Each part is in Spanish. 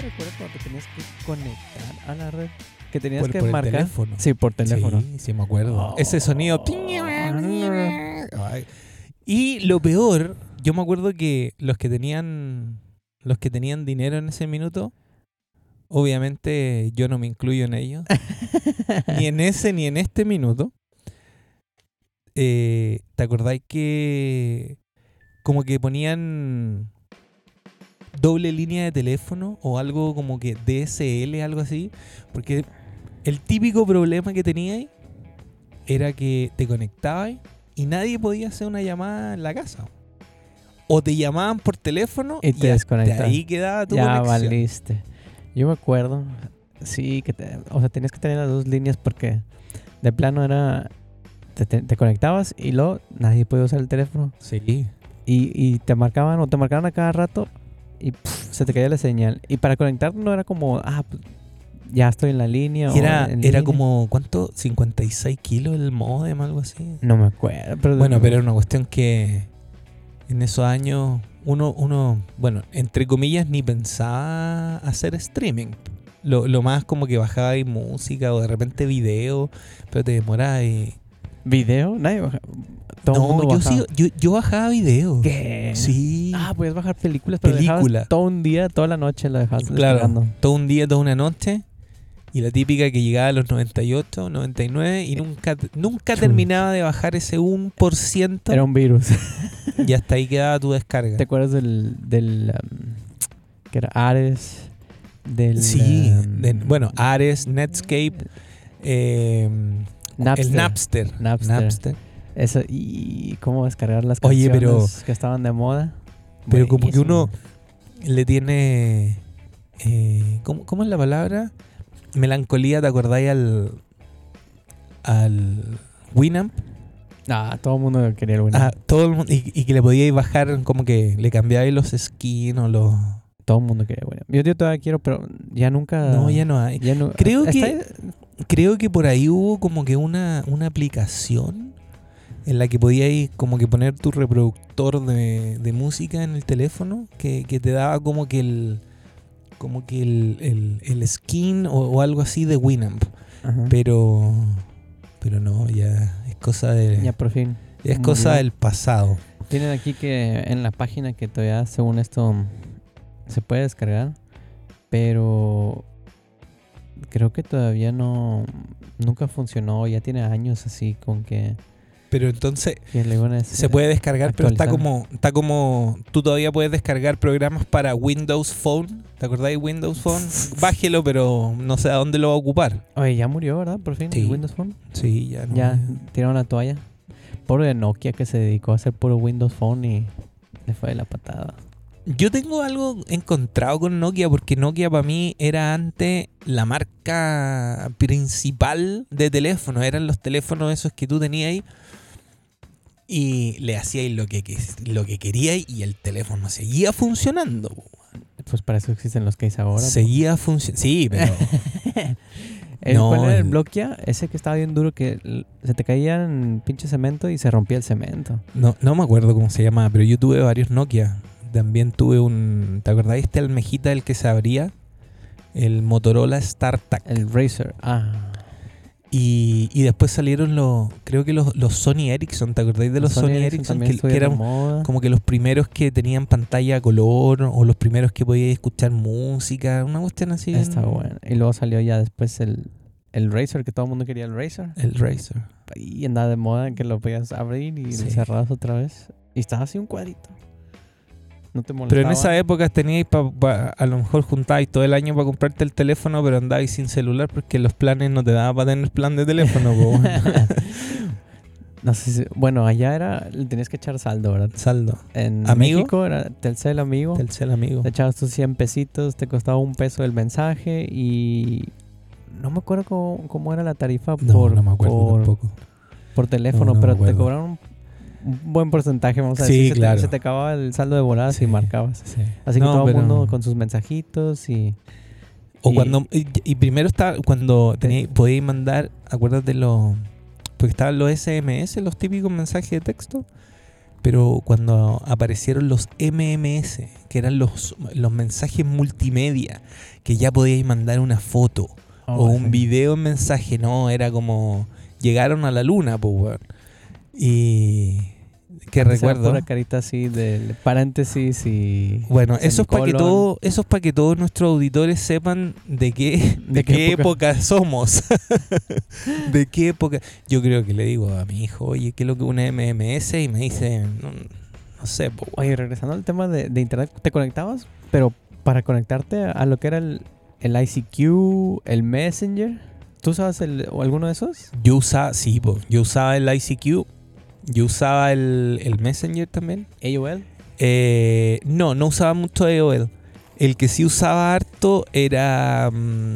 recuerdas cuando te tenías que conectar a la red? Que tenías Por que el marcar. teléfono. Sí, por teléfono. Sí, me acuerdo. Oh. Ese sonido. Ay. Y lo peor, yo me acuerdo que los que tenían dinero en ese minuto, obviamente yo no me incluyo en ellos, ni en ese ni en este minuto. ¿Te acordáis que como que ponían doble línea de teléfono o algo como que DSL, algo así? Porque el típico problema que teníais era que te conectabas y nadie podía hacer una llamada en la casa. O te llamaban por teléfono Y te desconectaban. ahí quedaba tu Ya conexión. valiste. Yo me acuerdo. Sí, o sea, tenías que tener las dos líneas porque de plano era... Te conectabas y luego nadie podía usar el teléfono. Sí. Y te marcaban a cada rato y se te caía la señal. Y para conectar no era como, pues, ya estoy en la línea. Y era línea. como, ¿cuánto? 56 kilos el modem, algo así. No me acuerdo. Pero era una cuestión que en esos años uno, bueno, entre comillas, ni pensaba hacer streaming. Lo más como que bajaba ahí música o de repente video, pero te demoraba y... ¿Video? Nadie baja. Todo el mundo bajaba. yo bajaba video. ¿Qué? Sí. Podías bajar películas, pero dejabas todo un día, toda la noche la dejabas descargando. Claro, todo un día, toda una noche. Y la típica que llegaba a los 98, 99 y nunca terminaba de bajar ese 1%. Era un virus. Y hasta ahí quedaba tu descarga. ¿Te acuerdas del que era Ares? Sí, Ares, Netscape, Napster. el Napster. Eso, y cómo descargar las Oye, canciones que estaban de moda. Pero como que Buenísimo. uno le tiene... ¿cómo es la palabra? Melancolía, ¿te acordáis al Winamp? Todo el mundo quería el Winamp. Todo el mundo, y que le podíais bajar, como que le cambiabais los skins o los... Todo el mundo quería el Winamp. Yo todavía quiero, pero ya nunca... No, ya no hay. Ya no, Creo que por ahí hubo como que una aplicación en la que podíais como que poner tu reproductor de música en el teléfono que te daba como que el skin o algo así de Winamp. Ajá. Pero no, ya es cosa de... Ya por fin. Es cosa del pasado. Tienen aquí que en la página que todavía, según esto, se puede descargar, pero creo que todavía nunca funcionó. Ya tiene años así con que... Pero entonces se puede descargar, actualizar. pero está como tú todavía puedes descargar programas para Windows Phone. ¿Te acordáis de Windows Phone? Bájelo, pero no sé a dónde lo va a ocupar. Oye, ya murió, ¿verdad? Por fin, Sí. el Windows Phone. Sí, ya no. Ya tiraron la toalla. Pobre Nokia que se dedicó a hacer puro Windows Phone y le fue de la patada. Yo tengo algo encontrado con Nokia porque Nokia para mí era antes la marca principal de teléfono. Eran los teléfonos esos que tú tenías ahí y le hacíais lo que queríais y el teléfono seguía funcionando. Pues para eso existen los case ahora. Seguía funcionando. Sí, pero... ¿Cuál era el Nokia? Ese que estaba bien duro que se te caía en pinche cemento y se rompía el cemento. No me acuerdo cómo se llamaba, pero yo tuve varios Nokia. También tuve ¿te acordáis este almejita del que se abría? El Motorola StarTAC. El Razer. Y después salieron creo que los Sony Ericsson. ¿Te acordáis de los Sony Ericsson? Que eran como que los primeros que tenían pantalla a color o los primeros que podíais escuchar música. Una cuestión así. Está bueno. Y luego salió ya después el Razer, que todo el mundo quería el Razer. El Razer. Y andaba de moda que lo podías abrir y lo cerrabas otra vez. Y estaba así un cuadrito. No te molestaba. Pero en esa época teníais a lo mejor juntabais todo el año para comprarte el teléfono, pero andabais sin celular porque los planes no te daban para tener plan de teléfono. No sé si... Bueno, allá tenías que echar saldo, ¿verdad? Saldo. En ¿Amigo? México era Telcel Amigo. Telcel Amigo. Te echabas tus 100 pesitos, te costaba $1 el mensaje y... No me acuerdo cómo era la tarifa no me acuerdo tampoco. Por teléfono, pero te cobraron un buen porcentaje, vamos a decir. Claro. Se te acababa el saldo de voladas y marcabas. Sí. Así que todo el mundo con sus mensajitos y primero estaba cuando podíais mandar, acuérdate porque estaban los SMS, los típicos mensajes de texto, pero cuando aparecieron los MMS, que eran los mensajes multimedia, que ya podíais mandar una foto o un video en mensaje. No, era como llegaron a la luna, pues, weón. Y que recuerdo. Una carita así de paréntesis y. Bueno, eso es para que todos nuestros auditores sepan de qué época somos. De qué época. Yo creo que le digo a mi hijo, oye, ¿qué es lo que es una MMS? Y me dice, no sé. Oye, regresando al tema de internet, ¿te conectabas? Pero para conectarte a lo que era el ICQ, el Messenger, ¿tú usabas alguno de esos? Yo usaba el ICQ. Yo usaba el Messenger también. ¿AOL? No usaba mucho AOL. El que sí usaba harto era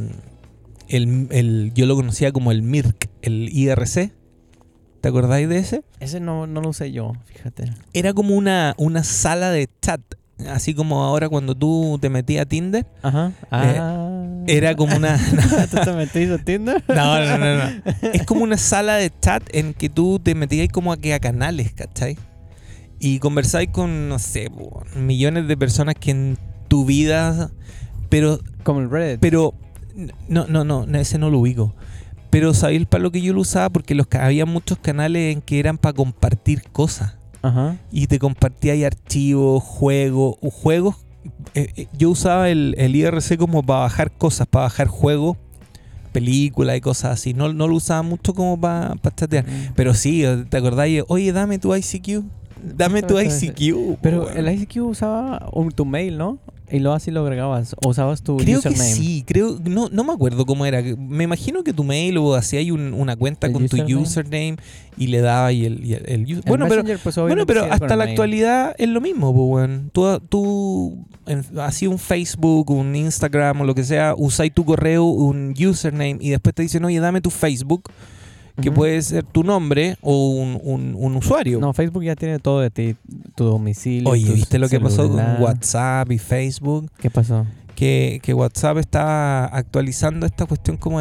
yo lo conocía como el MIRC, el IRC. ¿Te acordáis de ese? Ese no lo usé yo, fíjate. Era como una sala de chat. Así como ahora cuando tú te metías a Tinder. Ajá. Era como una... ¿Tú te metiste a Tinder? No. Es como una sala de chat en que tú te metías como a canales, ¿cachai? Y conversáis con, no sé, millones de personas que en tu vida... Pero... Como el Reddit. Pero... No, ese no lo ubico. Pero ¿sabéis para lo que yo lo usaba? Porque había muchos canales en que eran para compartir cosas. Ajá. Y te compartía ahí archivos, juegos. Yo usaba el IRC como para bajar cosas, para bajar juegos, películas y cosas así. No lo usaba mucho como para chatear. Pero sí, ¿te acordáis? Oye, dame tu ICQ. Dame tu ICQ. Pero el ICQ usaba tu mail, ¿no? Y luego así lo agregabas. O usabas tu creo username. Que sí, no me acuerdo cómo era. Me imagino que tu mail o hacías una cuenta con tu username y le dabas el bueno, pero hasta la actualidad es lo mismo, pues, bueno. Tú así un Facebook, un Instagram o lo que sea, usáis tu correo, un username y después te dicen, oye, dame tu Facebook, que puede ser tu nombre o un usuario. No, Facebook ya tiene todo de ti, tu domicilio. Oye, ¿viste lo que pasó con WhatsApp y Facebook? ¿Qué pasó? Que WhatsApp está actualizando esta cuestión como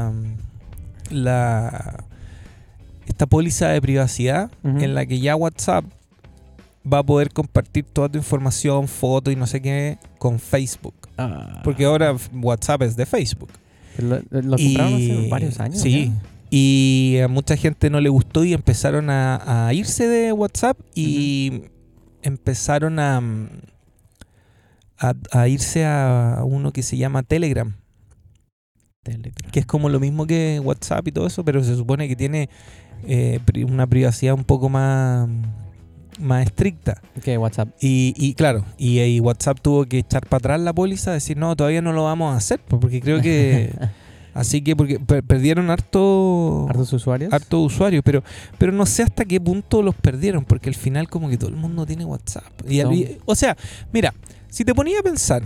esta póliza de privacidad en la que ya WhatsApp va a poder compartir toda tu información, fotos y no sé qué con Facebook. Porque ahora WhatsApp es de Facebook. Lo compraron hace varios años. Sí. ¿Ya? Y a mucha gente no le gustó y empezaron a irse de WhatsApp y empezaron a irse a uno que se llama Telegram. Que es como lo mismo que WhatsApp y todo eso, pero se supone que tiene una privacidad un poco más estricta. Que WhatsApp. Y claro, y WhatsApp tuvo que echar para atrás la póliza, decir, no, todavía no lo vamos a hacer, porque creo que... Así que porque perdieron hartos usuarios, pero no sé hasta qué punto los perdieron, porque al final como que todo el mundo tiene WhatsApp. O sea, mira, si te ponías a pensar,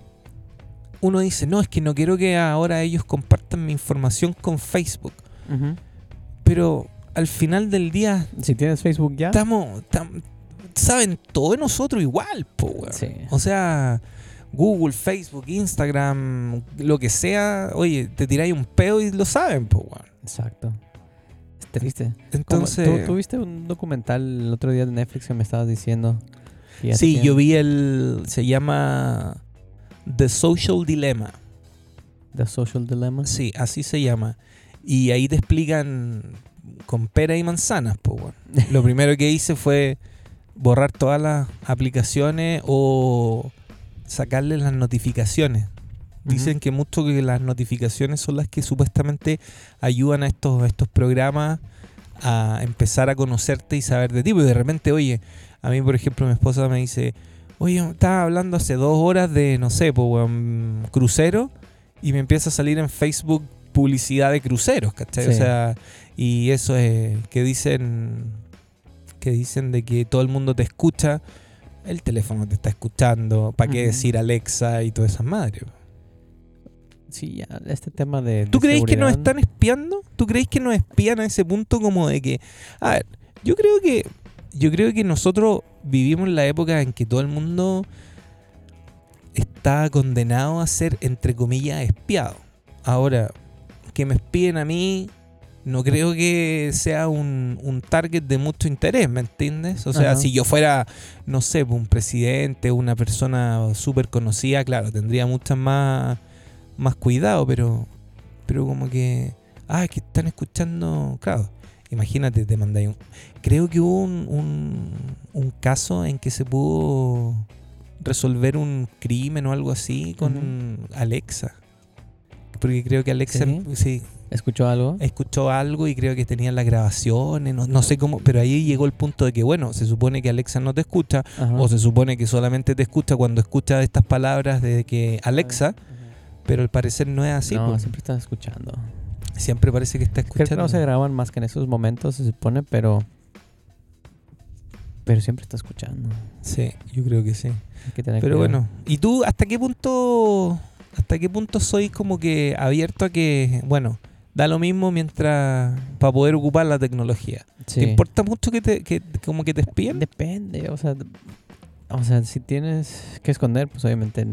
uno dice, no, es que no quiero que ahora ellos compartan mi información con Facebook. Pero al final del día... Si tienes Facebook ya... saben todo de nosotros igual, po, weón. Sí. O sea... Google, Facebook, Instagram, lo que sea, oye, te tiráis un pedo y lo saben, pues, weón. Exacto. Es triste. Entonces... ¿Tú viste un documental el otro día de Netflix que me estabas diciendo? Sí, yo vi se llama The Social Dilemma. The Social Dilemma. Sí, así se llama. Y ahí te explican con pera y manzanas, pues, weón. Lo primero que hice fue borrar todas las aplicaciones o... sacarle las notificaciones. Dicen que mucho que las notificaciones son las que supuestamente ayudan a estos programas a empezar a conocerte y saber de ti. Porque de repente, oye, a mí por ejemplo mi esposa me dice, oye, estaba hablando hace 2 horas de, no sé, crucero, y me empieza a salir en Facebook publicidad de cruceros, ¿cachai? Sí. O sea, y eso es que dicen de que todo el mundo te escucha. El teléfono te está escuchando. ¿Para qué decir Alexa y todas esas madres? Sí, ya, este tema de ¿Tú creéis seguridad... que nos están espiando? ¿Tú creéis que nos espían a ese punto como de que... A ver, yo creo que nosotros vivimos en la época en que todo el mundo está condenado a ser, entre comillas, espiado. Ahora, que me espíen a mí, no creo que sea un target de mucho interés, ¿me entiendes? O sea, Ajá. si yo fuera, no sé, un presidente, una persona súper conocida, claro, tendría más cuidado, pero como que, es que están escuchando, claro, imagínate, te mandáis creo que hubo un caso en que se pudo resolver un crimen o algo así con Alexa. Porque creo que Alexa sí, ¿Escuchó algo? escuchó algo y creo que tenía las grabaciones, no sé cómo, pero ahí llegó el punto de que, bueno, se supone que Alexa no te escucha, Ajá. o se supone que solamente te escucha cuando escucha estas palabras de que Alexa, pero al parecer no es así. No, pues. siempre están escuchando. Siempre parece que está Creo que escuchando. no se graban más que en esos momentos, se supone, pero siempre está escuchando. Sí, yo creo que sí. Hay que tener Pero cuidado. bueno, ¿y tú hasta qué punto soy como que abierto a que, bueno, da lo mismo mientras para poder ocupar la tecnología? Sí. ¿Te importa mucho que como que te espíen? Depende, o sea, si tienes que esconder, pues obviamente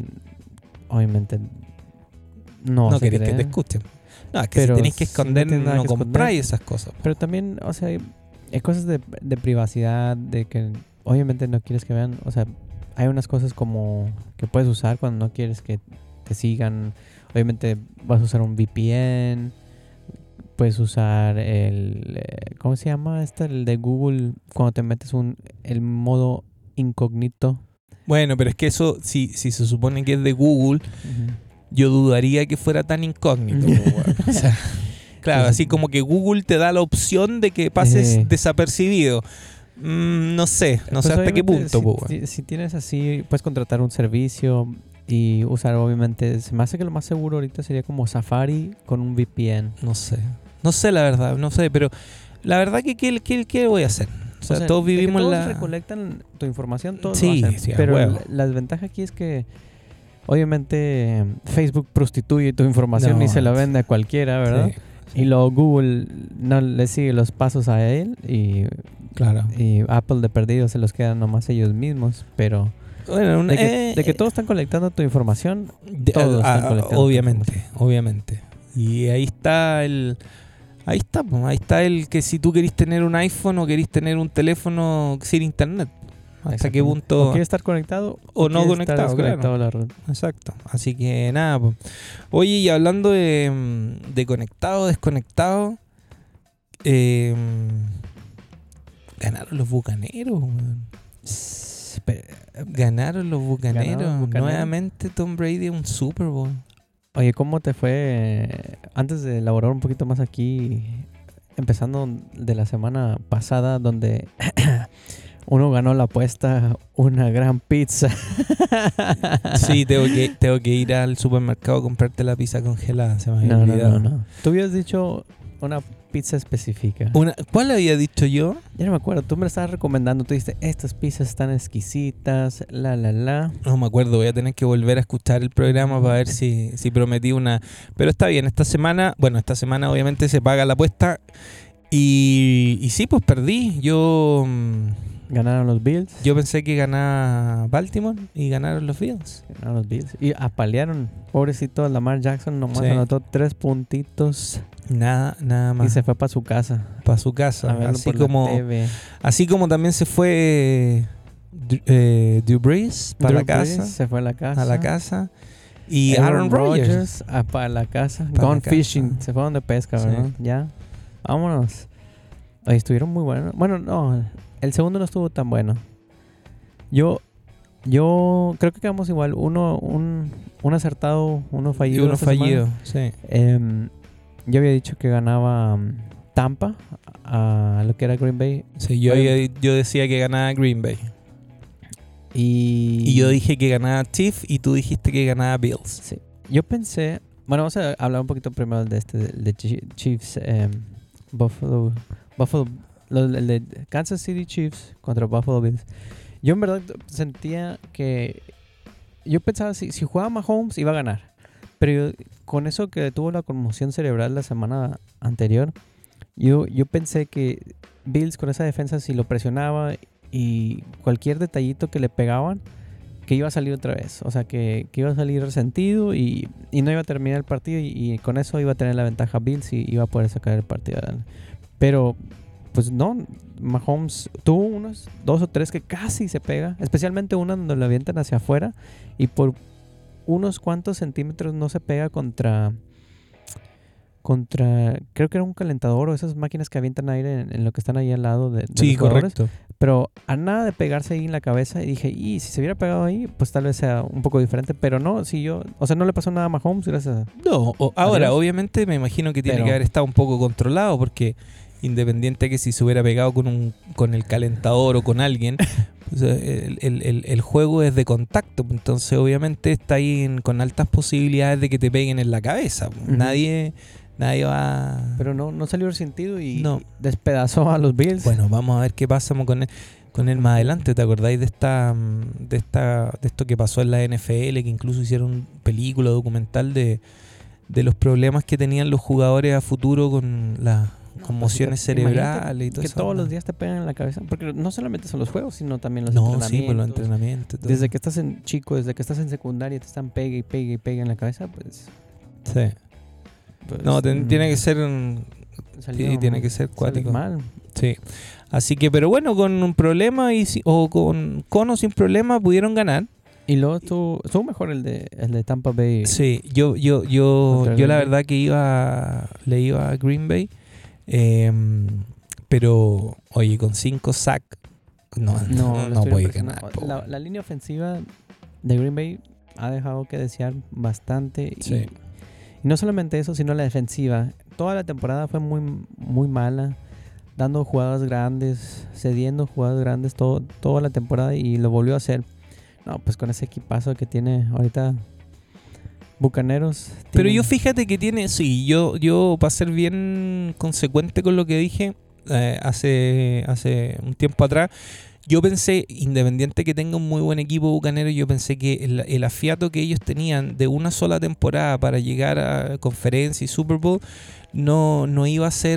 no vas a querés que te querer. escuchen. No, es que Pero si tenés que si no esconder, tienes nada no que esconder. compráis esas cosas. Pero también, o sea, hay cosas de privacidad, de que obviamente no quieres que vean, o sea, hay unas cosas como que puedes usar cuando no quieres que te sigan. Obviamente vas a usar un VPN, puedes usar ¿cómo se llama? El de Google, cuando te metes el modo incógnito. Bueno, pero es que eso, si se supone que es de Google, yo dudaría que fuera tan incógnito. O sea, claro, así como que Google te da la opción de que pases desapercibido. No sé Pues hasta qué punto. Si tienes así, puedes contratar un servicio y usar, obviamente, se me hace que lo más seguro ahorita sería como Safari con un VPN. No sé la verdad, no sé, pero la verdad que ¿qué voy a hacer? O sea, todos vivimos todos la... recolectan tu información, todos Sí, lo hacen, sí, a pero huevo. la desventaja aquí es que obviamente Facebook prostituye tu información y se la vende a cualquiera, ¿verdad? Sí. Y luego Google no le sigue los pasos a él y Apple de perdido se los quedan nomás ellos mismos, pero bueno, de que todos están colectando tu información, todos están colectando obviamente. Y ahí está Ahí está el que si tú querés tener un iPhone o querés tener un teléfono sin internet. ¿Hasta qué punto? O quieres estar conectado o no conectado, estar desconectado claro. a la red. Exacto. Así que nada, pues. Oye, y hablando de conectado, desconectado, ganaron los Bucaneros, weón. Ganaron los Bucaneros. Nuevamente Tom Brady un Super Bowl. Oye, ¿cómo te fue antes de elaborar un poquito más aquí, empezando de la semana pasada, donde uno ganó la apuesta, una gran pizza? Sí, tengo que ir al supermercado a comprarte la pizza congelada. Se me había olvidado. No. Tú habías dicho una pizza específica. ¿Cuál había dicho yo? Ya no me acuerdo. Tú me la estabas recomendando. Tú dijiste, estas pizzas están exquisitas, No me acuerdo. Voy a tener que volver a escuchar el programa para ver si prometí una. Pero está bien. Esta semana obviamente se paga la apuesta. Y sí, pues perdí. Ganaron los Bills. Yo pensé que ganaba Baltimore y ganaron los Bills. Y apalearon. Pobrecito Lamar Jackson nomás anotó 3 puntitos. Nada más. Y se fue para su casa. Así como también se fue Drew Brees para la casa. Se fue a la casa. Y Aaron Rodgers para la casa. Gone fishing. Se fueron de pesca, ¿verdad? Ya. Vámonos. Oye, estuvieron muy buenos. Bueno, no. El segundo no estuvo tan bueno. Yo creo que quedamos igual. Un acertado, uno fallido. Y uno fallido, sí. Yo había dicho que ganaba Tampa a lo que era Green Bay. Sí, yo decía que ganaba Green Bay. Y yo dije que ganaba Chiefs y tú dijiste que ganaba Bills. Sí. Yo pensé... Bueno, vamos a hablar un poquito primero de Chiefs. Buffalo... El de Kansas City Chiefs contra Buffalo Bills. Yo en verdad sentía que... Yo pensaba si jugaba Mahomes iba a ganar. Pero con eso que tuvo la conmoción cerebral la semana anterior, yo pensé que Bills con esa defensa, si lo presionaba y cualquier detallito que le pegaban, que iba a salir otra vez. O sea, que iba a salir resentido y no iba a terminar el partido y con eso iba a tener la ventaja Bills y iba a poder sacar el partido adelante. Pero, pues no, Mahomes tuvo unos 2 o 3 que casi se pega, especialmente una donde lo avientan hacia afuera y por unos cuantos centímetros no se pega contra creo que era un calentador o esas máquinas que avientan aire en lo que están ahí al lado de Sí, los jugadores. correcto. Pero a nada de pegarse ahí en la cabeza y dije, y si se hubiera pegado ahí, pues tal vez sea un poco diferente, pero no, si yo, o sea, no le pasó nada a Mahomes gracias a... No, ahora, Adiós. obviamente me imagino que tiene Pero- que haber estado un poco controlado porque independiente que si se hubiera pegado con el calentador o con alguien, pues, el juego es de contacto, entonces obviamente está ahí con altas posibilidades de que te peguen en la cabeza. Ujú. Nadie va... Pero no salió resentido y No. despedazó a los Bills. Bueno, vamos a ver qué pasa con él más adelante. ¿Te acordáis de esto que pasó en la NFL? Que incluso hicieron película documental de los problemas que tenían los jugadores a futuro con las conmociones cerebrales y todo que eso. todos los días te pegan en la cabeza, porque no solamente son los juegos, sino también los No, entrenamientos. sí, por los entrenamientos. y todo. Desde que estás en chico, desde que estás en secundaria, te están pegue y pegue y pegue en la cabeza, pues... Sí. No, tiene que ser... salió Sí, tiene que ser salió cuático. mal. Sí. Así que, pero bueno, con un problema o con o sin problema pudieron ganar. Y luego estuvo mejor el de Tampa Bay. Sí, yo Contra Green la Bay. verdad que le iba a Green Bay, pero oye, con 5 sacks no estuvieron voy a presionando. ganar. po. La línea ofensiva de Green Bay ha dejado que desear bastante. Sí. Y no solamente eso, sino la defensiva. Toda la temporada fue muy, muy mala, dando jugadas grandes, cediendo jugadas grandes toda la temporada y lo volvió a hacer. No, pues con ese equipazo que tiene ahorita Bucaneros. Pero yo fíjate que tiene, sí, yo para ser bien consecuente con lo que dije hace un tiempo atrás, yo pensé, independiente que tenga un muy buen equipo bucanero, yo pensé que el afiato que ellos tenían de una sola temporada para llegar a conferencia y Super Bowl no iba a ser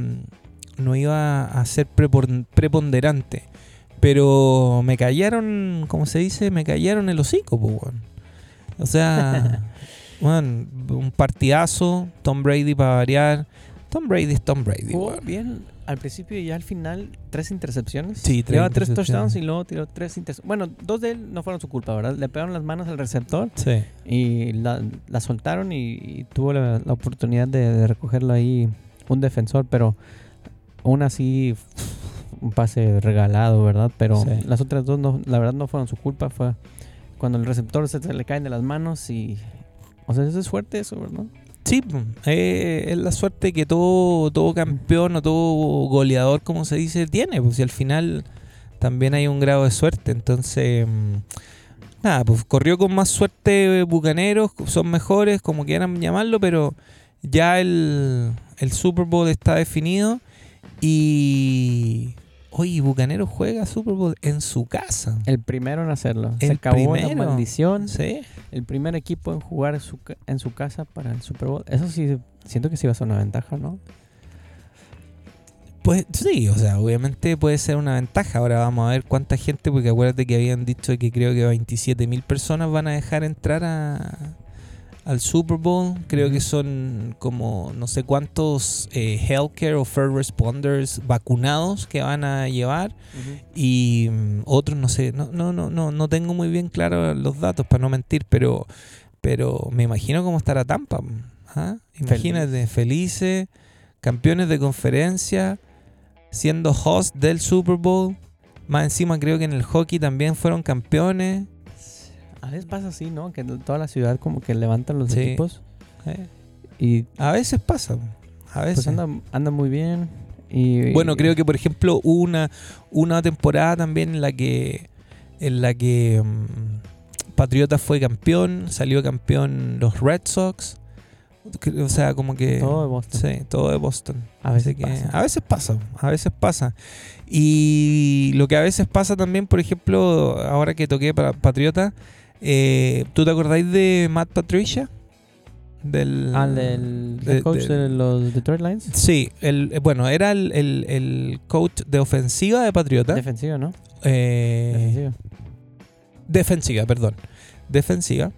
preponderante. Pero me callaron, como se dice, me callaron el hocico, pues, weón. O sea, bueno, un partidazo, Tom Brady para variar. Tom Brady es Tom Brady, Jugó weón. bien al principio y al final 3 intercepciones. Sí, 3 Lleva 3 intercepciones. touchdowns y luego tiró 3 intercepciones. Bueno, 2 de él no fueron su culpa, ¿verdad? Le pegaron las manos al receptor Sí. y la soltaron y tuvo la oportunidad de recogerlo ahí un defensor, pero aún así un pase regalado, ¿verdad? Pero Sí. las otras dos no, la verdad no fueron su culpa, fue cuando el receptor se le caen de las manos y... O sea, eso es fuerte eso, ¿verdad? Sí, es la suerte que todo campeón o todo goleador, como se dice, tiene. Pues si al final también hay un grado de suerte. Entonces, nada, pues corrió con más suerte Bucaneros, son mejores, como quieran llamarlo, pero ya el Super Bowl está definido. Y oye, Bucaneros juega Super Bowl en su casa. El primero en hacerlo. Se El acabó la primero. maldición. Sí. El primer equipo en jugar en su casa para el Super Bowl. Eso sí, siento que sí va a ser una ventaja, ¿no? Pues sí, o sea, obviamente puede ser una ventaja. Ahora vamos a ver cuánta gente, porque acuérdate que habían dicho que creo que 27,000 personas van a dejar entrar al Super Bowl. Creo que son como no sé cuántos healthcare o first responders vacunados que van a llevar y otros no sé, no tengo muy bien claro los datos para no mentir, pero me imagino cómo estará Tampa. ¿Ah? Imagínate, felices, campeones de conferencia, siendo host del Super Bowl. Más encima creo que en el hockey también fueron campeones. A veces pasa así, ¿no? Que toda la ciudad como que levantan los Sí. equipos Eh, y A veces pasa, a veces. pues anda muy bien. Y Bueno, creo que por ejemplo hubo una temporada también en la que Patriotas fue campeón, salió campeón los Red Sox. O sea, como que todo de Boston. sí, todo de Boston. A veces Así que pasa. a veces pasa. Y lo que a veces pasa también, por ejemplo, ahora que toqué para Patriota, ¿tú te acordáis de Matt Patricia? Del Head coach de los Detroit Lions. Sí, bueno, era el coach de ofensiva de Patriota. Defensivo, ¿no? Eh, Defensivo. Defensiva, perdón. Defensiva.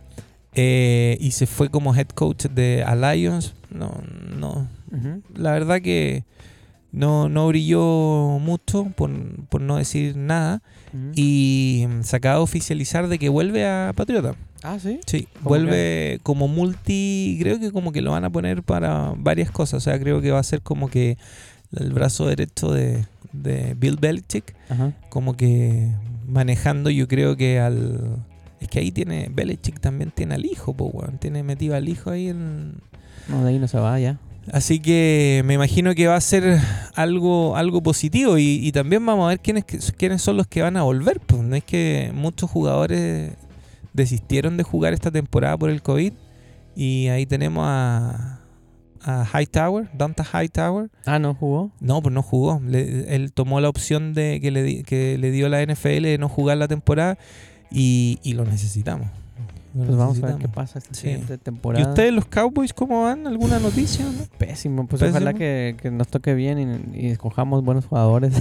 Y se fue como head coach de Lions. No. La verdad que no brilló mucho, por no decir nada. Y se acaba de oficializar de que vuelve a Patriota. Ah, ¿sí? Sí, vuelve como creo que como que lo van a poner para varias cosas. O sea, creo que va a ser como que el brazo derecho de Bill Belichick. Ajá. Como que manejando, yo creo que es que ahí Belichick también tiene al hijo, tiene metido al hijo ahí No, de ahí no se va ya. Así que me imagino que va a ser algo positivo y también vamos a ver quiénes son los que van a volver. Pues no es que muchos jugadores desistieron de jugar esta temporada por el COVID y ahí tenemos a Hightower, Donta Hightower. Ah, ¿no jugó? No, pues no jugó. Él tomó la opción que le dio la NFL de no jugar la temporada y lo necesitamos. Pues vamos a ver qué pasa esta siguiente temporada. ¿Y ustedes, los Cowboys, cómo van? ¿Alguna noticia? ¿No? Pésimo. Pues Pésimo. ojalá que nos toque bien y escojamos buenos jugadores.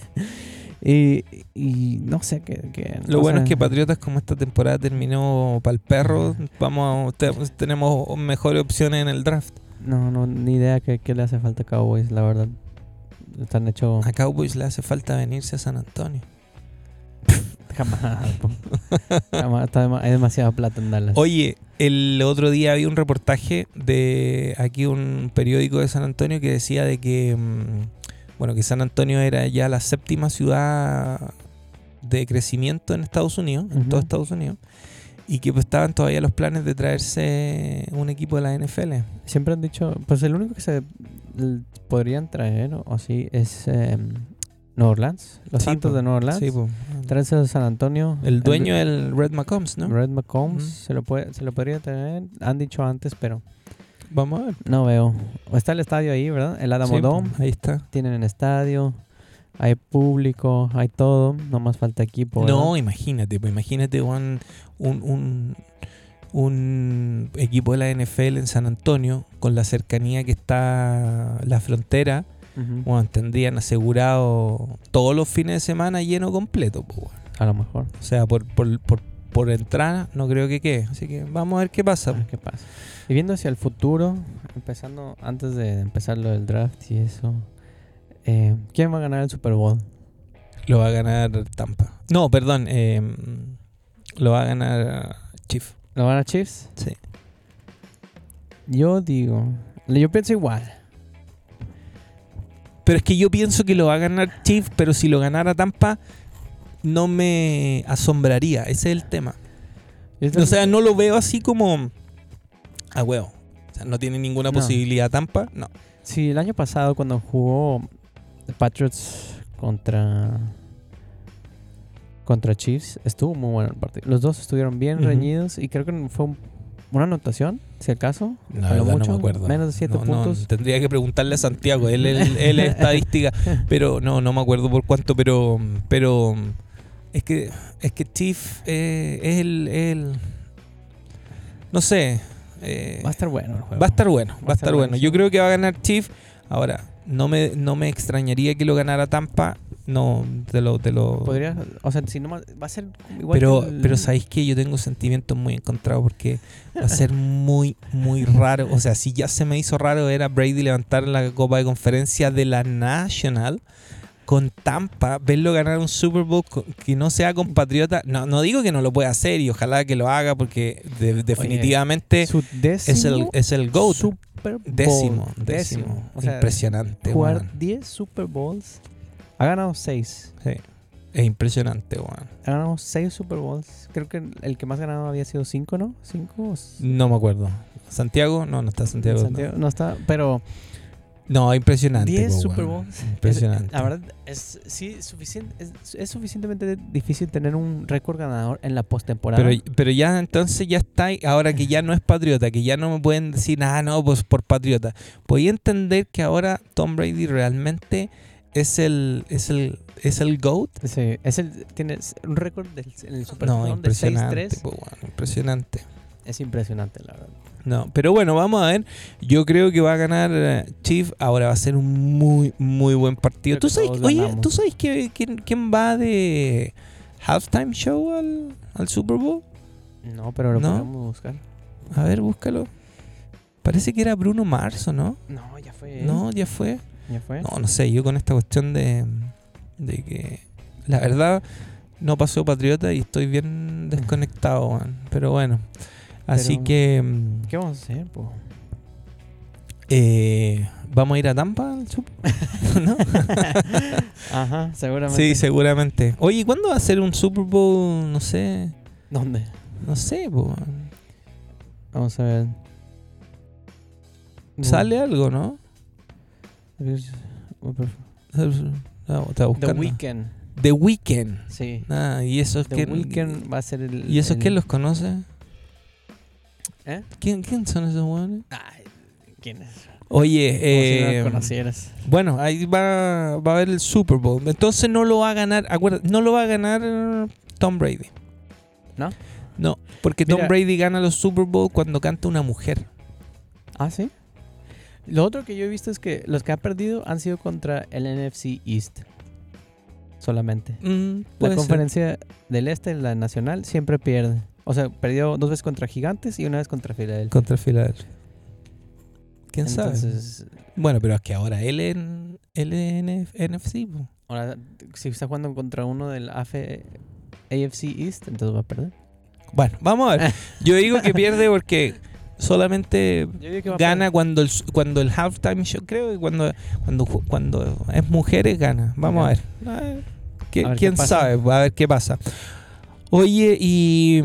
y no sé qué. Lo bueno es que Patriotas, como esta temporada terminó para el perro, tenemos mejores opciones en el draft. No, ni idea qué le hace falta a Cowboys, la verdad. Están hechos... A Cowboys le hace falta venirse a San Antonio. Jamás. Hay demasiada plata en Dallas. Oye, el otro día había un reportaje de aquí un periódico de San Antonio que decía de que que San Antonio era ya la 7ª ciudad de crecimiento en Estados Unidos, en todo Estados Unidos, y que pues estaban todavía los planes de traerse un equipo de la NFL. Siempre han dicho, pues el único que se podrían traer o así es Nueva Orleans, los Santos de Nueva Orleans. Sí, traerse a San Antonio. El dueño es el Red McCombs, ¿no? Red McCombs se lo podría traer. Han dicho antes, pero vamos a ver. No veo. Está el estadio ahí, ¿verdad? El Alamo Dome. Ahí está. Tienen el estadio. Hay público, hay todo. No más falta equipo, ¿verdad? No, imagínate un equipo de la NFL en San Antonio, con la cercanía que está la frontera. Tendrían asegurado todos los fines de semana lleno completo. A lo mejor. O sea, por entrada no creo que quede. Así que vamos a ver qué pasa. Y viendo hacia el futuro, empezando antes de empezar lo del draft y eso, ¿quién va a ganar el Super Bowl? Lo va a ganar Tampa. No, perdón. Lo va a ganar Chiefs. ¿Lo va a ganar Chiefs? Sí. Yo pienso igual. Pero es que yo pienso que lo va a ganar Chiefs, pero si lo ganara Tampa, no me asombraría. Ese es el tema. O sea, no lo veo así como a huevo. O sea, no tiene ninguna posibilidad Tampa, no. Sí, el año pasado cuando jugó Patriots contra Chiefs, estuvo muy bueno el partido. Los dos estuvieron bien reñidos y creo que fue una anotación, si acaso. No me acuerdo. Menos de 7 puntos. Tendría que preguntarle a Santiago. Él es estadística. Pero no me acuerdo por cuánto. Pero es que Chief es el no sé. Va a estar bueno el juego. Va a estar bueno. Yo creo que va a ganar Chief. Ahora, no me extrañaría que lo ganara Tampa. No, te lo... Podría, o sea, si no va a ser igual pero ¿sabéis qué? Yo tengo sentimientos muy encontrados porque va a ser muy, muy raro. O sea, si ya se me hizo raro ver a Brady levantar la Copa de Conferencia de la National con Tampa, verlo ganar un Super Bowl que no sea compatriota. No digo que no lo pueda hacer y ojalá que lo haga porque definitivamente es el GOAT. Super Bowl. Décimo. O sea, impresionante. Jugar 10 Super Bowls. Ha ganado 6. Sí. Es impresionante, weón. Ha ganado 6 Super Bowls. Creo que el que más ganado había sido 5, ¿no? 5. No me acuerdo. ¿Santiago? No está Santiago. No está, pero... No, impresionante. 10 Super Bowls. Impresionante. La verdad, es suficientemente difícil tener un récord ganador en la postemporada. Pero ya entonces ya está, ahora que ya no es patriota, que ya no me pueden decir, pues por patriota. Podía entender que ahora Tom Brady realmente es el GOAT. Sí, tiene un récord en el Super Bowl de 6-3. Impresionante. Es impresionante, la verdad. No, pero bueno, vamos a ver. Yo creo que va a ganar Chief. Ahora va a ser un muy, muy buen partido. ¿Tú sabes quién va de halftime show al Super Bowl? No, pero lo ¿No? podemos buscar. A ver, búscalo. Parece que era Bruno Mars, ¿o no? No, ya fue. No, ya fue. ¿Ya fue? No sé, yo con esta cuestión de que la verdad no pasó Patriota y estoy bien desconectado, man. Pero bueno, así Pero, que ¿qué vamos a hacer, po? ¿vamos a ir a Tampa al Super Bowl? ¿No? Ajá, seguramente. Sí, seguramente. Oye, ¿cuándo va a ser un Super Bowl? No sé. ¿Dónde? No sé, po. Vamos a ver. Sale algo, ¿no? Está The buscando. Weeknd. The Weeknd. Sí. Ah, y eso es The que. Weeknd va a ser el. ¿Y esos el- quién los conoce? ¿Eh? ¿Quién son esos weones? Ay, ¿quién es? Oye, Como si no lo conocieras. bueno, ahí va a haber el Super Bowl. Entonces no lo va a ganar, acuérdate, no lo va a ganar Tom Brady. ¿No? No, porque Tom Mira. Brady gana los Super Bowl cuando canta una mujer. ¿Ah, sí? Lo otro que yo he visto es que los que ha perdido han sido contra el NFC East. Solamente. La Puede ser. conferencia del Este, la nacional, siempre pierde. O sea, perdió 2 veces contra Gigantes y 1 vez contra Filadelfia. Contra Philadelphia. ¿Quién sabe? Entonces, Bueno, pero es que ahora él en NFC. Po. ahora, si está jugando contra uno del AFC East, entonces va a perder. Bueno, vamos a ver. Yo digo que pierde porque solamente Yo digo que va a gana cuando el halftime show, creo que cuando es mujeres gana. Vamos a ver. A ver ¿Quién qué pasa. sabe? A ver qué pasa. Oye, y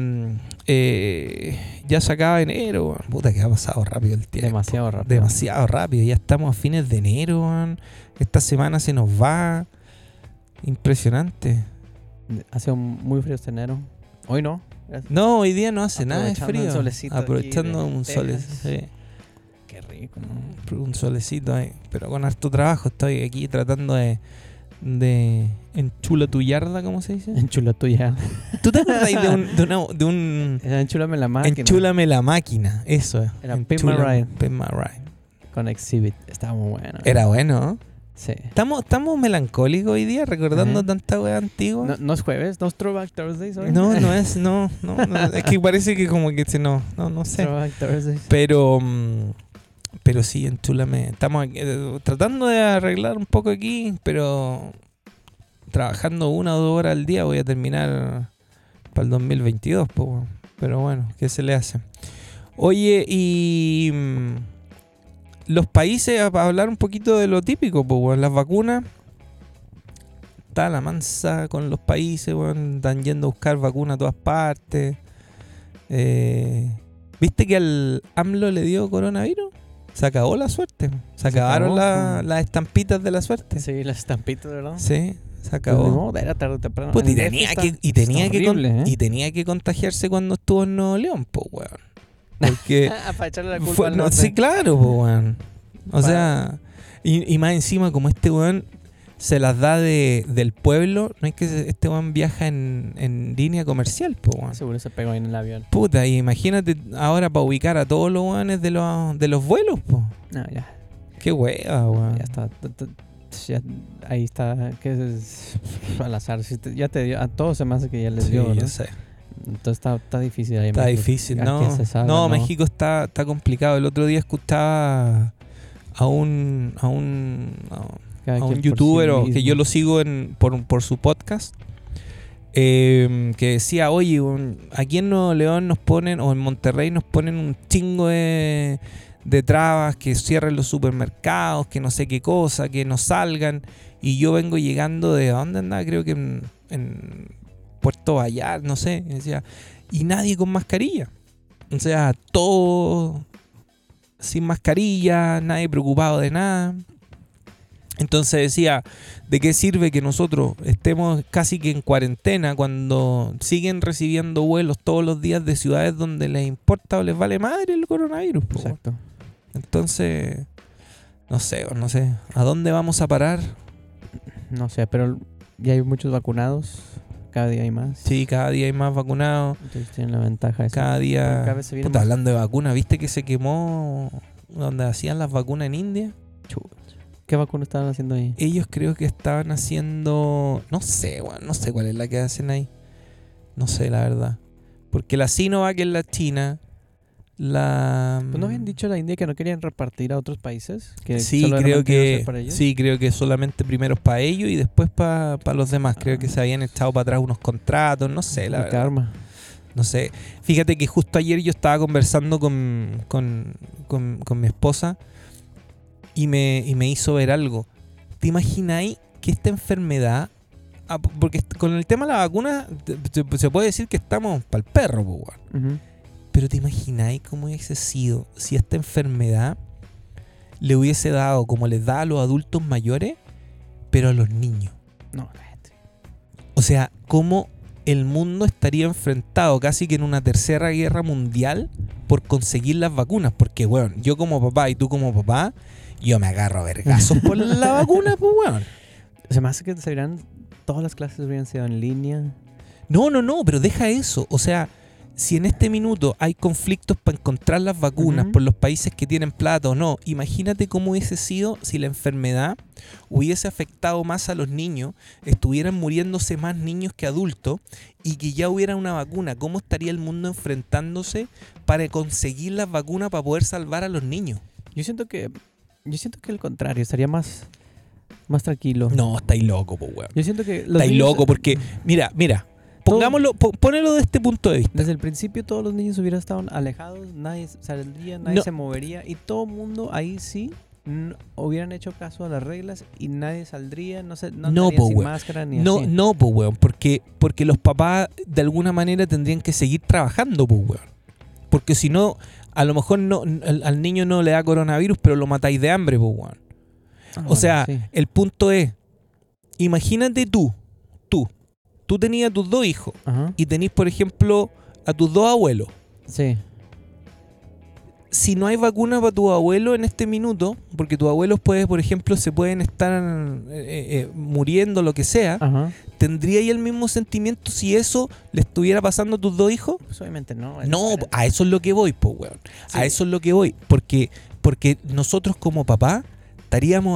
ya se acaba enero. Man. Puta que ha pasado rápido el tiempo. Demasiado rápido. Demasiado rápido. Ya estamos a fines de enero. Man. Esta semana se nos va. Impresionante. Hace muy frío este enero. Hoy no. No, hoy día no hace nada de Aprovechando frío. el solecito aquí Aprovechando de un Texas. solecito. Sí. Qué rico, ¿no? Un solecito ahí. Pero con harto trabajo. Estoy aquí tratando de enchula tu yarda, ¿cómo se dice? Enchula tuya. ¿Tú te acuerdas ahí de un Enchúlame la máquina. enchúlame la máquina? Eso es. Era Pin My Ride. Pin My Ride. Con Exhibit. Estaba muy bueno. Era bueno, ¿no? Sí. Estamos melancólicos hoy día recordando Ajá. tanta wea antigua. ¿No, ¿No es jueves? ¿No es Throwback Thursdays hoy? No es, no. Es que parece que como que no sé. Throwback Thursdays. Pero sí, enchúlame. Estamos tratando de arreglar un poco aquí, pero trabajando 1 o 2 horas al día voy a terminar para el 2022, pues. Pero bueno, ¿qué se le hace? Oye, y los países, para hablar un poquito de lo típico, pues, las vacunas. Está la mansa con los países, bueno, están yendo a buscar vacunas a todas partes. ¿Viste que al AMLO le dio coronavirus? Se acabó la suerte. Se acabaron las estampitas de la suerte. Sí, las estampitas, ¿verdad? Sí, se Pues ni acabó. modo, era tarde o temprano. Puta, y El DF tenía está- que está horrible, ¿eh? y tenía que contagiarse cuando estuvo en Nuevo León, pues, weón. Porque Para echarle la culpa al no, norte. sí, claro, pues, weón. O sea, y más encima, como este weón se las da del pueblo, no es que este weón viaja en línea comercial, pues, weón. Seguro se pegó ahí en el avión. Puta, y imagínate ahora para ubicar a todos los weones de los vuelos, pues. No, ya. Qué hueva, weón. Ya está. Ya, ahí está. ¿Qué es? Al azar. Ya te dio. A todos se me hace que ya les Sí, dio, ¿no? yo sé. Entonces está difícil ahí. Está México. difícil, Aquí ¿no? se sabe, No, México está complicado. El otro día escuchaba a un Cada a un quien por youtuber sí que mismo. yo lo sigo por su podcast, que decía, oye, aquí en Nuevo León nos ponen, o en Monterrey nos ponen un chingo de trabas, que cierren los supermercados, que no sé qué cosa, que no salgan, y yo vengo llegando de ¿dónde andaba? Creo que en Puerto Vallarta, no sé, y decía, y nadie con mascarilla, o sea, todo sin mascarilla, nadie preocupado de nada. Entonces decía, ¿de qué sirve que nosotros estemos casi que en cuarentena cuando siguen recibiendo vuelos todos los días de ciudades donde les importa o les vale madre el coronavirus? Po? Exacto. Entonces, no sé, ¿a dónde vamos a parar? No sé, pero ya hay muchos vacunados. Cada día hay más. Sí, cada día hay más vacunados, Entonces tienen la ventaja de eso. cada día... Cada vez se viene Puta, más. hablando de vacunas, ¿viste que se quemó donde hacían las vacunas en India? Chuta. ¿Qué vacuna estaban haciendo ahí? Ellos creo que estaban haciendo... No sé, weón. No sé cuál es la que hacen ahí. No sé, la verdad. Porque la Sinovac es la China. Pues no habían dicho la India que no querían repartir a otros países. Que Sí, solo era creo mantenerlo que ser para ellos. sí, creo que solamente primero para ellos y después para los demás. Creo que se habían echado para atrás unos contratos, no sé, la El verdad. karma. No sé. Fíjate que justo ayer yo estaba conversando con mi esposa y me hizo ver algo. ¿Te imagináis que esta enfermedad... porque con el tema de la vacuna se puede decir que estamos para el perro, pues, weón. Ujú. Pero ¿te imagináis cómo hubiese sido si esta enfermedad le hubiese dado como les da a los adultos mayores, pero a los niños? No, cállate. O sea, cómo el mundo estaría enfrentado casi que en una tercera guerra mundial por conseguir las vacunas. Porque, weón, yo como papá y tú como papá, yo me agarro a vergazos por la vacuna, pues, weón. Se me hace que todas las clases habrían sido en línea. No, pero deja eso. O sea, si en este minuto hay conflictos para encontrar las vacunas por los países que tienen plata o no, imagínate cómo hubiese sido si la enfermedad hubiese afectado más a los niños, estuvieran muriéndose más niños que adultos y que ya hubiera una vacuna. ¿Cómo estaría el mundo enfrentándose para conseguir las vacunas para poder salvar a los niños? Yo siento que al contrario, estaría más tranquilo. No, estáis loco, pues, weón. Yo siento que Estáis loco porque, mira, pongámoslo, ponelo de este punto de vista. Desde el principio todos los niños hubieran estado alejados, nadie saldría, nadie se movería y todo el mundo ahí sí hubieran hecho caso a las reglas y nadie saldría, no andarían sin máscara ni así. No, pues, weón, porque los papás de alguna manera tendrían que seguir trabajando, pues, weón. Porque si no, a lo mejor al niño no le da coronavirus, pero lo matáis de hambre, pues, weón. O sea, sí. el punto es, imagínate tú tenías tus 2 hijos. Ajá. Y tenés, por ejemplo, a tus 2 abuelos. Sí. Si no hay vacuna para tu abuelo en este minuto, porque tus abuelos por ejemplo, se pueden estar muriendo, lo que sea, Ajá. ¿tendría ahí el mismo sentimiento si eso le estuviera pasando a tus 2 hijos? Pues obviamente no. No, a eso es lo que voy, pues, weón. Sí. A eso es lo que voy. Porque nosotros como papá estaríamos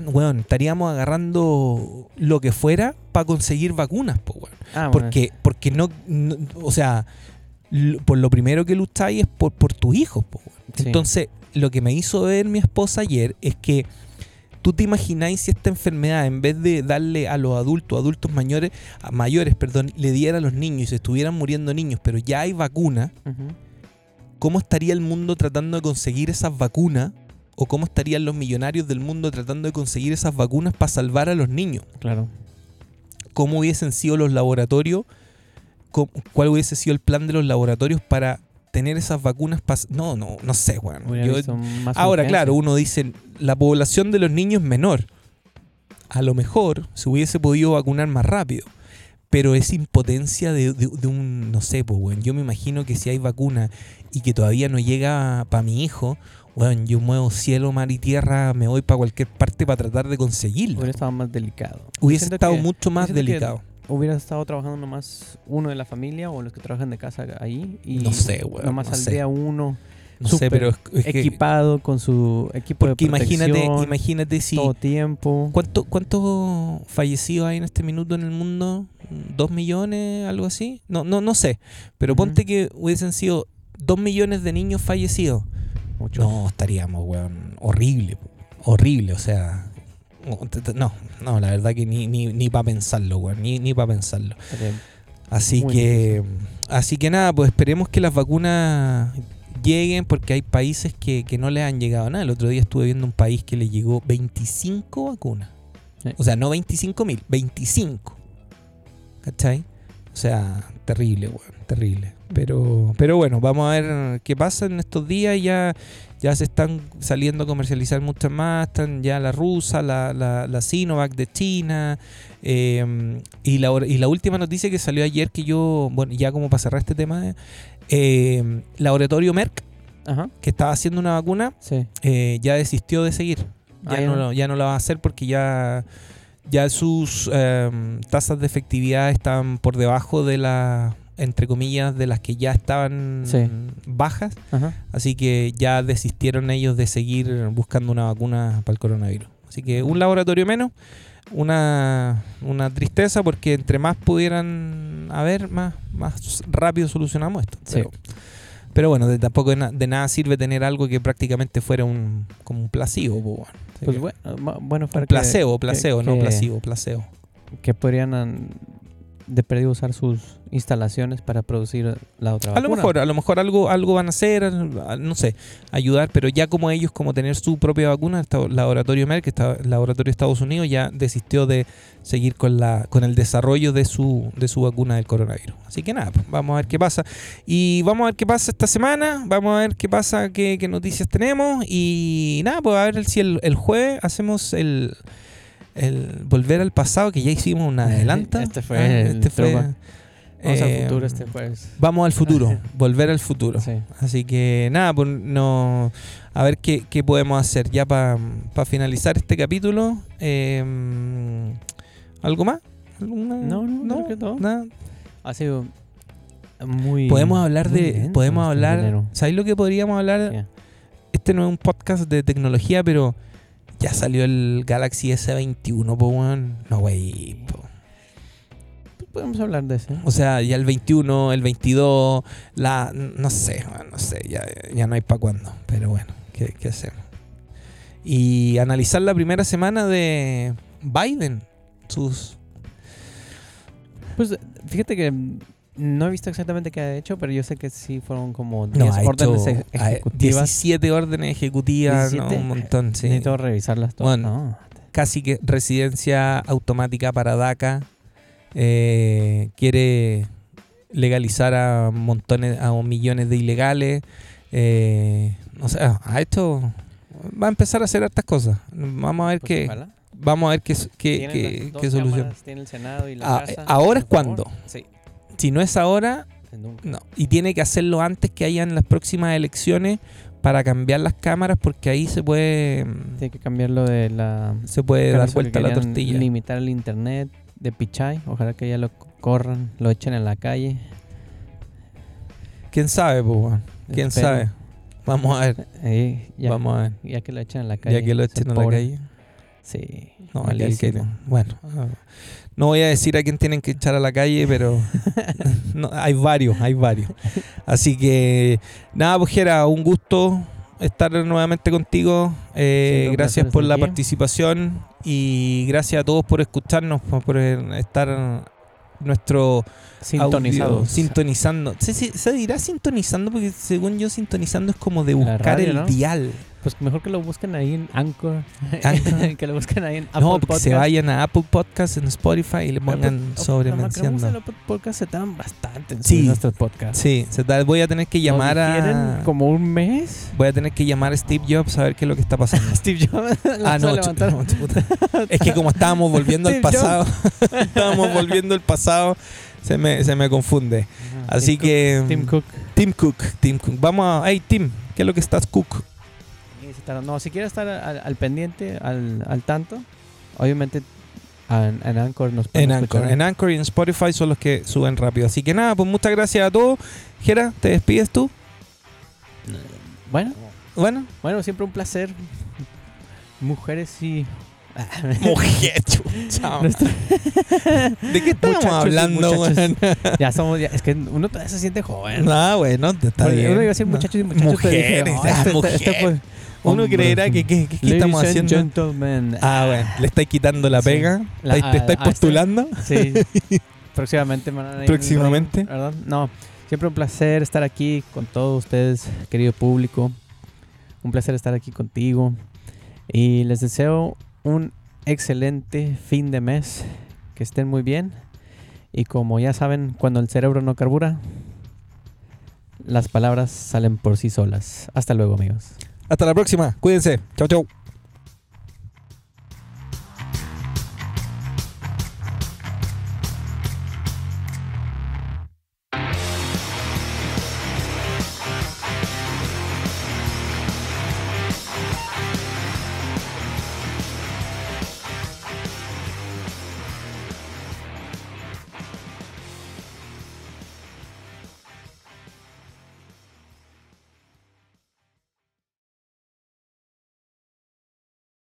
agarrando lo que fuera para conseguir vacunas, pues, weón. Porque no, o sea, por lo primero que lucháis es por tus hijos, pues, weón. Sí. Entonces, lo que me hizo ver mi esposa ayer es que tú te imagináis si esta enfermedad, en vez de darle a los adultos mayores, le diera a los niños y se estuvieran muriendo niños, pero ya hay vacuna, ¿cómo estaría el mundo tratando de conseguir esas vacunas? ¿O cómo estarían los millonarios del mundo tratando de conseguir esas vacunas para salvar a los niños? Claro. ¿Cómo hubiesen sido los laboratorios? ¿Cuál hubiese sido el plan de los laboratorios para tener esas vacunas? No sé, weón. Ahora, claro, uno dice, la población de los niños es menor. A lo mejor se hubiese podido vacunar más rápido. Pero es impotencia de un, no sé, pues, weón. Yo me imagino que si hay vacuna y que todavía no llega para mi hijo, weón, yo muevo cielo, mar y tierra, me voy para cualquier parte para tratar de conseguirlo. Hubiera estado más delicado. Hubiese estado mucho más delicado. Hubiera estado trabajando nomás uno de la familia o los que trabajan de casa ahí. Y no sé, weón. Nomás saldría uno. No sé, pero es que, equipado con su equipo de protección. Imagínate si... Todo tiempo. ¿Cuántos fallecidos hay en este minuto en el mundo? ¿2 millones? ¿Algo así? No sé. Pero ponte que hubiesen sido 2 millones de niños fallecidos. Mucho. No, estaríamos, weón. Horrible, o sea... No, la verdad que ni para pensarlo, weón. Ni para pensarlo. Así que nada, pues esperemos que las vacunas lleguen, porque hay países que no les han llegado nada. El otro día estuve viendo un país que le llegó 25 vacunas. Sí. O sea, no 25.000, 25. ¿Cachai? O sea, terrible, weón, terrible. Pero bueno, vamos a ver qué pasa en estos días. Ya se están saliendo a comercializar muchas más. Están ya la rusa, la Sinovac de China. Y la última noticia que salió ayer, que yo, bueno, ya como para cerrar este tema, Laboratorio Merck, que estaba haciendo una vacuna, sí, ya desistió de seguir. Ya no la va a hacer porque ya sus tasas de efectividad estaban por debajo de entre comillas, de las que ya estaban bajas. Así que ya desistieron ellos de seguir buscando una vacuna para el coronavirus. Así que un laboratorio menos, una tristeza, porque entre más pudieran haber, más rápido solucionamos esto. Sí. Pero bueno, tampoco de nada sirve tener algo que prácticamente fuera como un placebo. Pues bueno, fuera placebo, no placebo, placebo. Que podrían de perdido usar sus instalaciones para producir la otra vacuna. A lo mejor algo van a hacer, no sé, ayudar, pero ya como ellos, como tener su propia vacuna, el laboratorio Merck, el laboratorio de Estados Unidos, ya desistió de seguir con el desarrollo de su vacuna del coronavirus. Así que nada, pues, vamos a ver qué pasa. Y vamos a ver qué pasa esta semana, vamos a ver qué pasa, qué noticias tenemos. Y nada, pues a ver si el jueves hacemos el volver al pasado, que ya hicimos una adelanta. Vamos al futuro este jueves. Vamos al futuro, volver al futuro. Sí. Así que nada, pues a ver qué podemos hacer ya para finalizar este capítulo. ¿Algo más? No, creo que no. Nada. Ha sido muy... Podemos hablar enero. ¿Sabéis lo que podríamos hablar? Yeah. Este no es un podcast de tecnología, pero ya salió el Galaxy S21, po, weón. No, güey, po. Podemos hablar de eso. O sea, ya el 21, el 22, no sé, ya no hay para cuándo. Pero bueno, ¿qué hacemos? Y analizar la primera semana de Biden. Pues fíjate que no he visto exactamente qué ha hecho, pero yo sé que sí fueron como 10 No, órdenes ejecutivas. 17 órdenes ejecutivas, 17, no, un montón, sí. Necesito revisarlas todas. Bueno, No. Casi que residencia automática para DACA. Quiere legalizar a millones de ilegales. O sea, a esto va a empezar a hacer hartas cosas. Vamos a ver Pues qué. ojalá. Vamos a ver qué Tienen las dos solución. cámaras, tiene el Senado y la Casa. ¿Ahora es por favor. cuándo? Sí. Si no es ahora, Nunca. no. Y tiene que hacerlo antes que hayan las próximas elecciones para cambiar las cámaras, porque ahí se puede Tiene que cambiarlo de la... dar vuelta a la tortilla. Limitar el internet de Pichai. Ojalá que ya lo corran, lo echen en la calle. ¿Quién sabe, pues, weón? ¿Quién Espero. sabe? Vamos a ver. Vamos a ver. Ya que lo echen en la calle. Ya que lo ese echen en la pobre. calle. Sí. No, malísimo. bueno, no voy a decir a quién tienen que echar a la calle, pero no, hay varios. Así que nada, pues Jera, un gusto estar nuevamente contigo. Gracias por la participación y gracias a todos por escucharnos, por estar nuestro Sintonizado. audio sintonizando. ¿Se dirá sintonizando? Porque según yo sintonizando es como de La buscar radio, el ¿no? dial. Pues mejor que lo busquen ahí en Anchor. Que lo busquen ahí en Apple No, porque Podcast. se vayan a Apple Podcast, en Spotify y le pongan sobre Los mencionando. en Apple Podcast se tardan bastante en Sí. subir nuestros podcasts. Sí, voy a tener que llamar ¿Quieren como un mes? Voy a tener que llamar a Steve Jobs a ver qué es lo que está pasando. Steve Jobs. No, chuta. Es que como estábamos volviendo al pasado, se me confunde. Así que Tim Cook. Tim Cook. Vamos a... Hey, Tim, ¿qué es lo que estás, Cook? No, si quieres estar al pendiente, al tanto, obviamente en Anchor nos pueden escuchar. En Anchor y en Spotify son los que suben rápido. Así que nada, pues muchas gracias a todos. Jera, ¿te despides tú? Bueno, siempre un placer. Mujeres y... Mujer, chao. ¿De qué estamos hablando, weón? Es que uno todavía se siente joven. No, bueno, está bien. Uno iba a decir muchachos y muchachos. Mujeres, mujeres. Uno creerá que ¿qué estamos haciendo? Gentlemen. Bueno, ¿le estáis quitando la pega? Sí. ¿Te estáis postulando? Sí. Próximamente me van a ir, Próximamente. ¿verdad? No, siempre un placer estar aquí con todos ustedes, querido público. Un placer estar aquí contigo. Y les deseo un excelente fin de mes. Que estén muy bien. Y como ya saben, cuando el cerebro no carbura, las palabras salen por sí solas. Hasta luego, amigos. Hasta la próxima. Cuídense. Chau, chau.